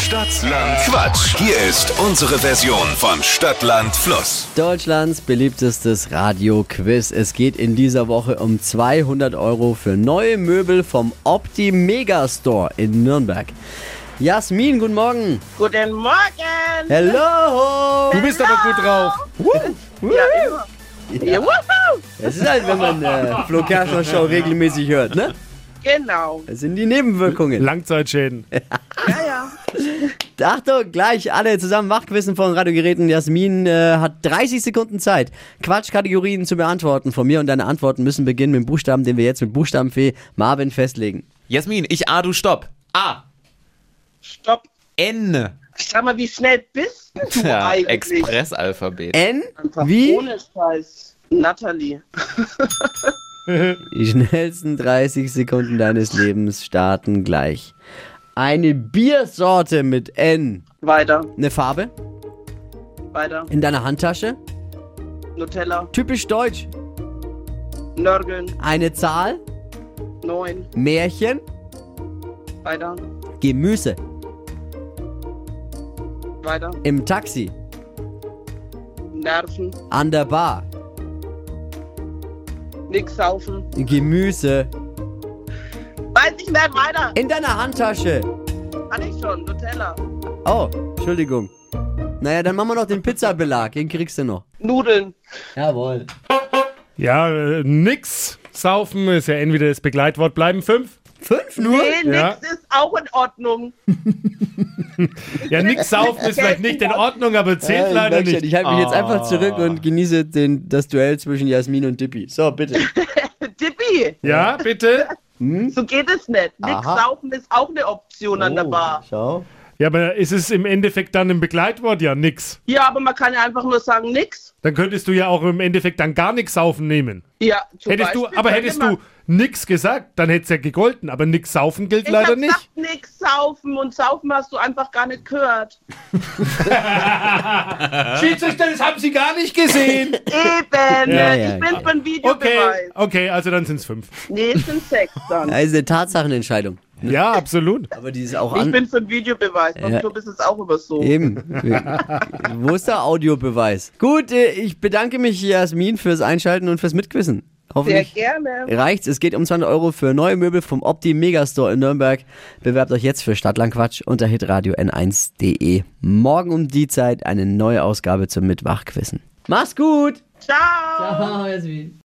Stadtland Quatsch. Hier ist unsere Version von Stadtland Fluss. Deutschlands beliebtestes Radio-Quiz. Es geht in dieser Woche um 200 € für neue Möbel vom Opti Megastore in Nürnberg. Jasmin, guten Morgen. Guten Morgen. Hello. Du bist aber gut drauf. Ja, immer. Ja. Wuhu. Es ist halt, wenn man Flo Kerschner Show regelmäßig hört, ne? Genau. Das sind die Nebenwirkungen. Langzeitschäden. Ja. Achtung, gleich alle zusammen Wachquissen von Radiogeräten. Jasmin hat 30 Sekunden Zeit, Quatschkategorien zu beantworten von mir. Und deine Antworten müssen beginnen mit dem Buchstaben, den wir jetzt mit Buchstabenfee Marvin festlegen. Jasmin, ich A, du Stopp. A. Stopp. N. Sag mal, wie schnell bist du Ja, eigentlich? Expressalphabet. N Einfach wie? ohne Scheiß. Nathalie. Die schnellsten 30 Sekunden deines Lebens starten gleich. Eine Biersorte mit N. Weiter. Eine Farbe Weiter. in deiner Handtasche. Nutella. Typisch deutsch. Nörgeln. Eine Zahl. 9. Märchen. Weiter. Gemüse. Weiter. Im Taxi. Nerven. An der Bar. Nix saufen. Gemüse. Weiß ich nicht, weiter. In deiner Handtasche. Hatte ich schon. Nutella. Oh, Entschuldigung. Naja, dann machen wir noch den Pizzabelag. Den kriegst du noch. Nudeln. Jawohl. Ja, nix. Saufen ist ja entweder das Begleitwort. Bleiben 5. 5 nur? Nee, Ja. nix ist auch in Ordnung. Ja, nix saufen ist vielleicht nicht in Ordnung, aber zählt leider nicht. Ich halte mich jetzt einfach zurück und genieße das Duell zwischen Jasmin und Dippi. So, bitte. Tippi, Ja, bitte? so geht es nicht. Nix Aha. saufen ist auch eine Option an der Bar. Schau. Ja, aber ist es im Endeffekt dann ein Begleitwort? Ja, nix. Ja, aber man kann ja einfach nur sagen, nix. Dann könntest du ja auch im Endeffekt dann gar nichts saufen nehmen. Ja, zum Hättest du Beispiel nix gesagt, dann hätte es ja gegolten. Aber nix saufen gilt ich leider hab nicht. gesagt, nix saufen und saufen hast du einfach gar nicht gehört. Schiedsrichter, das haben Sie gar nicht gesehen. Eben, Ja, ich ja, bin ja. für ein Videobeweis. Okay, also dann sind es 5. Nee, es sind 6 dann. Das ist eine Tatsachenentscheidung. Ja, absolut. Aber die ist auch Ich an. bin für ein Videobeweis. Beim Ja. Club ist es auch immer so. Eben. Wo ist der Audiobeweis? Gut, ich bedanke mich, Jasmin, fürs Einschalten und fürs Mitquissen. Sehr Hoffentlich gerne. reicht's. Es geht um 200 € für neue Möbel vom Opti Megastore in Nürnberg. Bewerbt euch jetzt für Stadtlandquatsch unter hitradio n1.de. Morgen um die Zeit eine neue Ausgabe zum Mitwachquissen. Mach's gut! Ciao. Ciao, Jasmin.